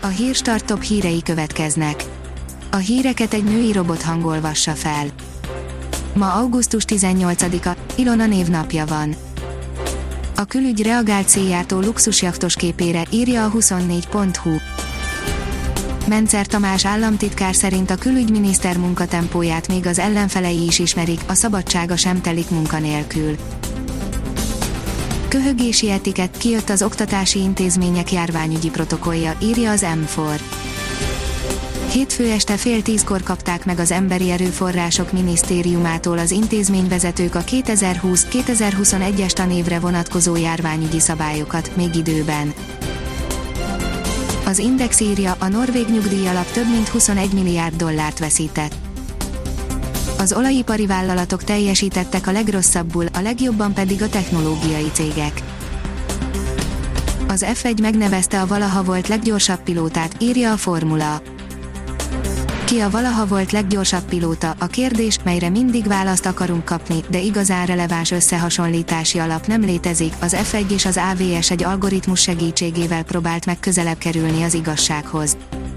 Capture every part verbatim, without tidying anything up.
A Hírstart top hírei következnek. A híreket egy női robot hangolvassa fel. Ma augusztus tizennyolcadika, Ilona névnapja van. A külügy reagált Széjjártó luxusjachtos képére, írja a huszonnégy pont hu. Mencer Tamás államtitkár szerint a külügyminiszter munkatempóját még az ellenfelei is ismerik, a szabadsága sem telik munkanélkül. Köhögési etikett, kijött az oktatási intézmények járványügyi protokollja, írja az em négy. Hétfő este fél tízkor kapták meg az Emberi Erőforrások Minisztériumától az intézményvezetők a kétezer-húsz kétezer-huszonegyes tanévre vonatkozó járványügyi szabályokat, még időben. Az Index írja, a norvég nyugdíjalap több mint huszonegy milliárd dollárt veszített. Az olajipari vállalatok teljesítettek a legrosszabbul, a legjobban pedig a technológiai cégek. Az ef egy megnevezte a valaha volt leggyorsabb pilótát, írja a Formula. Ki a valaha volt leggyorsabb pilóta, a kérdés, melyre mindig választ akarunk kapni, de igazán releváns összehasonlítási alap nem létezik. Az ef egy és az á vé es egy algoritmus segítségével próbált meg közelebb kerülni az igazsághoz.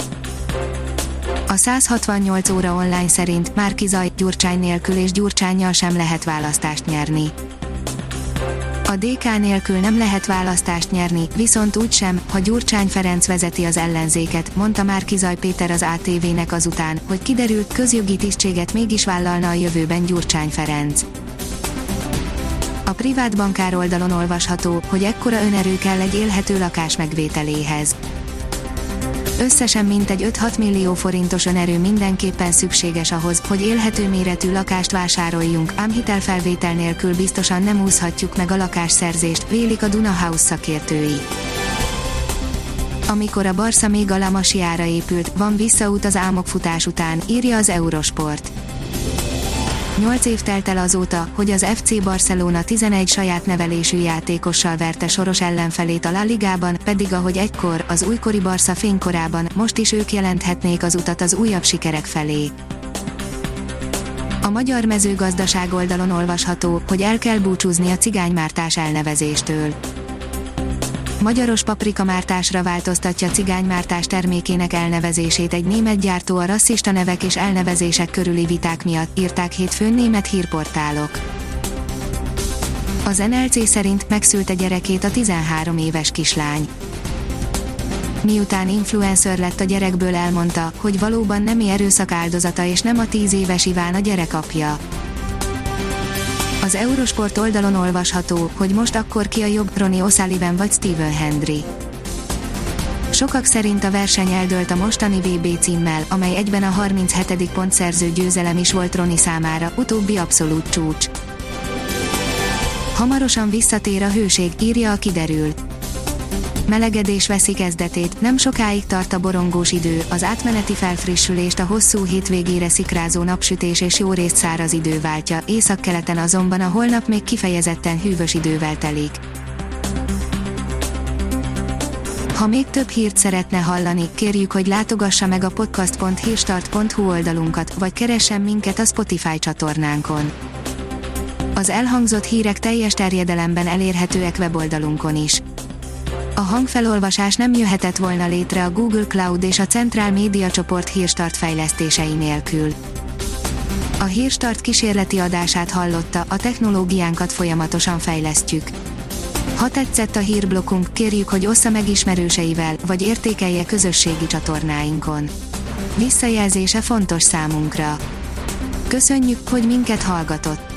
A száz hatvannyolc óra online szerint Márki Zaj, Gyurcsány nélkül és Gyurcsánnyal sem lehet választást nyerni. A dé ká nélkül nem lehet választást nyerni, viszont úgysem, ha Gyurcsány Ferenc vezeti az ellenzéket, mondta Márki Zaj Péter az á té vének azután, hogy kiderült, közjogi tisztséget mégis vállalna a jövőben Gyurcsány Ferenc. A privát bankár oldalon olvasható, hogy ekkora önerő kell egy élhető lakás megvételéhez. Összesen mintegy öt-hat millió forintos önerő mindenképpen szükséges ahhoz, hogy élhető méretű lakást vásároljunk, ám hitelfelvétel nélkül biztosan nem úszhatjuk meg a lakásszerzést, vélik a Duna House szakértői. Amikor a Barca még a La Masia-ra épült, van visszaút az álmokfutás után, írja az Eurosport. Nyolc év telt el azóta, hogy az ef cé Barcelona tizenegy saját nevelésű játékossal verte soros ellenfelét a La Ligában, pedig ahogy egykor, az újkori Barca fénykorában, most is ők jelenthetnék az utat az újabb sikerek felé. A magyar mezőgazdaság oldalon olvasható, hogy el kell búcsúzni a cigánymártás elnevezéstől. Magyaros paprikamártásra változtatja cigánymártás termékének elnevezését egy német gyártó a rasszista nevek és elnevezések körüli viták miatt, írták hétfőn német hírportálok. Az en el cé szerint megszülte gyerekét a tizenhárom éves kislány. Miután influencer lett, a gyerekből elmondta, hogy valóban nemi erőszak áldozata és nem a tíz éves Iván a gyerek apja. Az Eurosport oldalon olvasható, hogy most akkor ki a jobb, Ronnie O'Sullivan vagy Stephen Hendry. Sokak szerint a verseny eldőlt a mostani vé bé címmel, amely egyben a harminchetedik pontszerző győzelem is volt Ronnie számára, utóbbi abszolút csúcs. Hamarosan visszatér a hőség, írja a Kiderül. Melegedés veszi kezdetét, nem sokáig tart a borongós idő, az átmeneti felfrissülést a hosszú hétvégére szikrázó napsütés és jórészt száraz idő váltja, északkeleten azonban a holnap még kifejezetten hűvös idővel telik. Ha még több hírt szeretne hallani, kérjük, hogy látogassa meg a podcast pont hírstart pont hu oldalunkat, vagy keressen minket a Spotify csatornánkon. Az elhangzott hírek teljes terjedelemben elérhetőek weboldalunkon is. A hangfelolvasás nem jöhetett volna létre a Google Cloud és a Centrál Média Csoport Hírstart fejlesztései nélkül. A Hírstart kísérleti adását hallotta, a technológiánkat folyamatosan fejlesztjük. Ha tetszett a hírblokkunk, kérjük, hogy ossza meg ismerőseivel, vagy értékelje közösségi csatornáinkon. Visszajelzése fontos számunkra. Köszönjük, hogy minket hallgatott!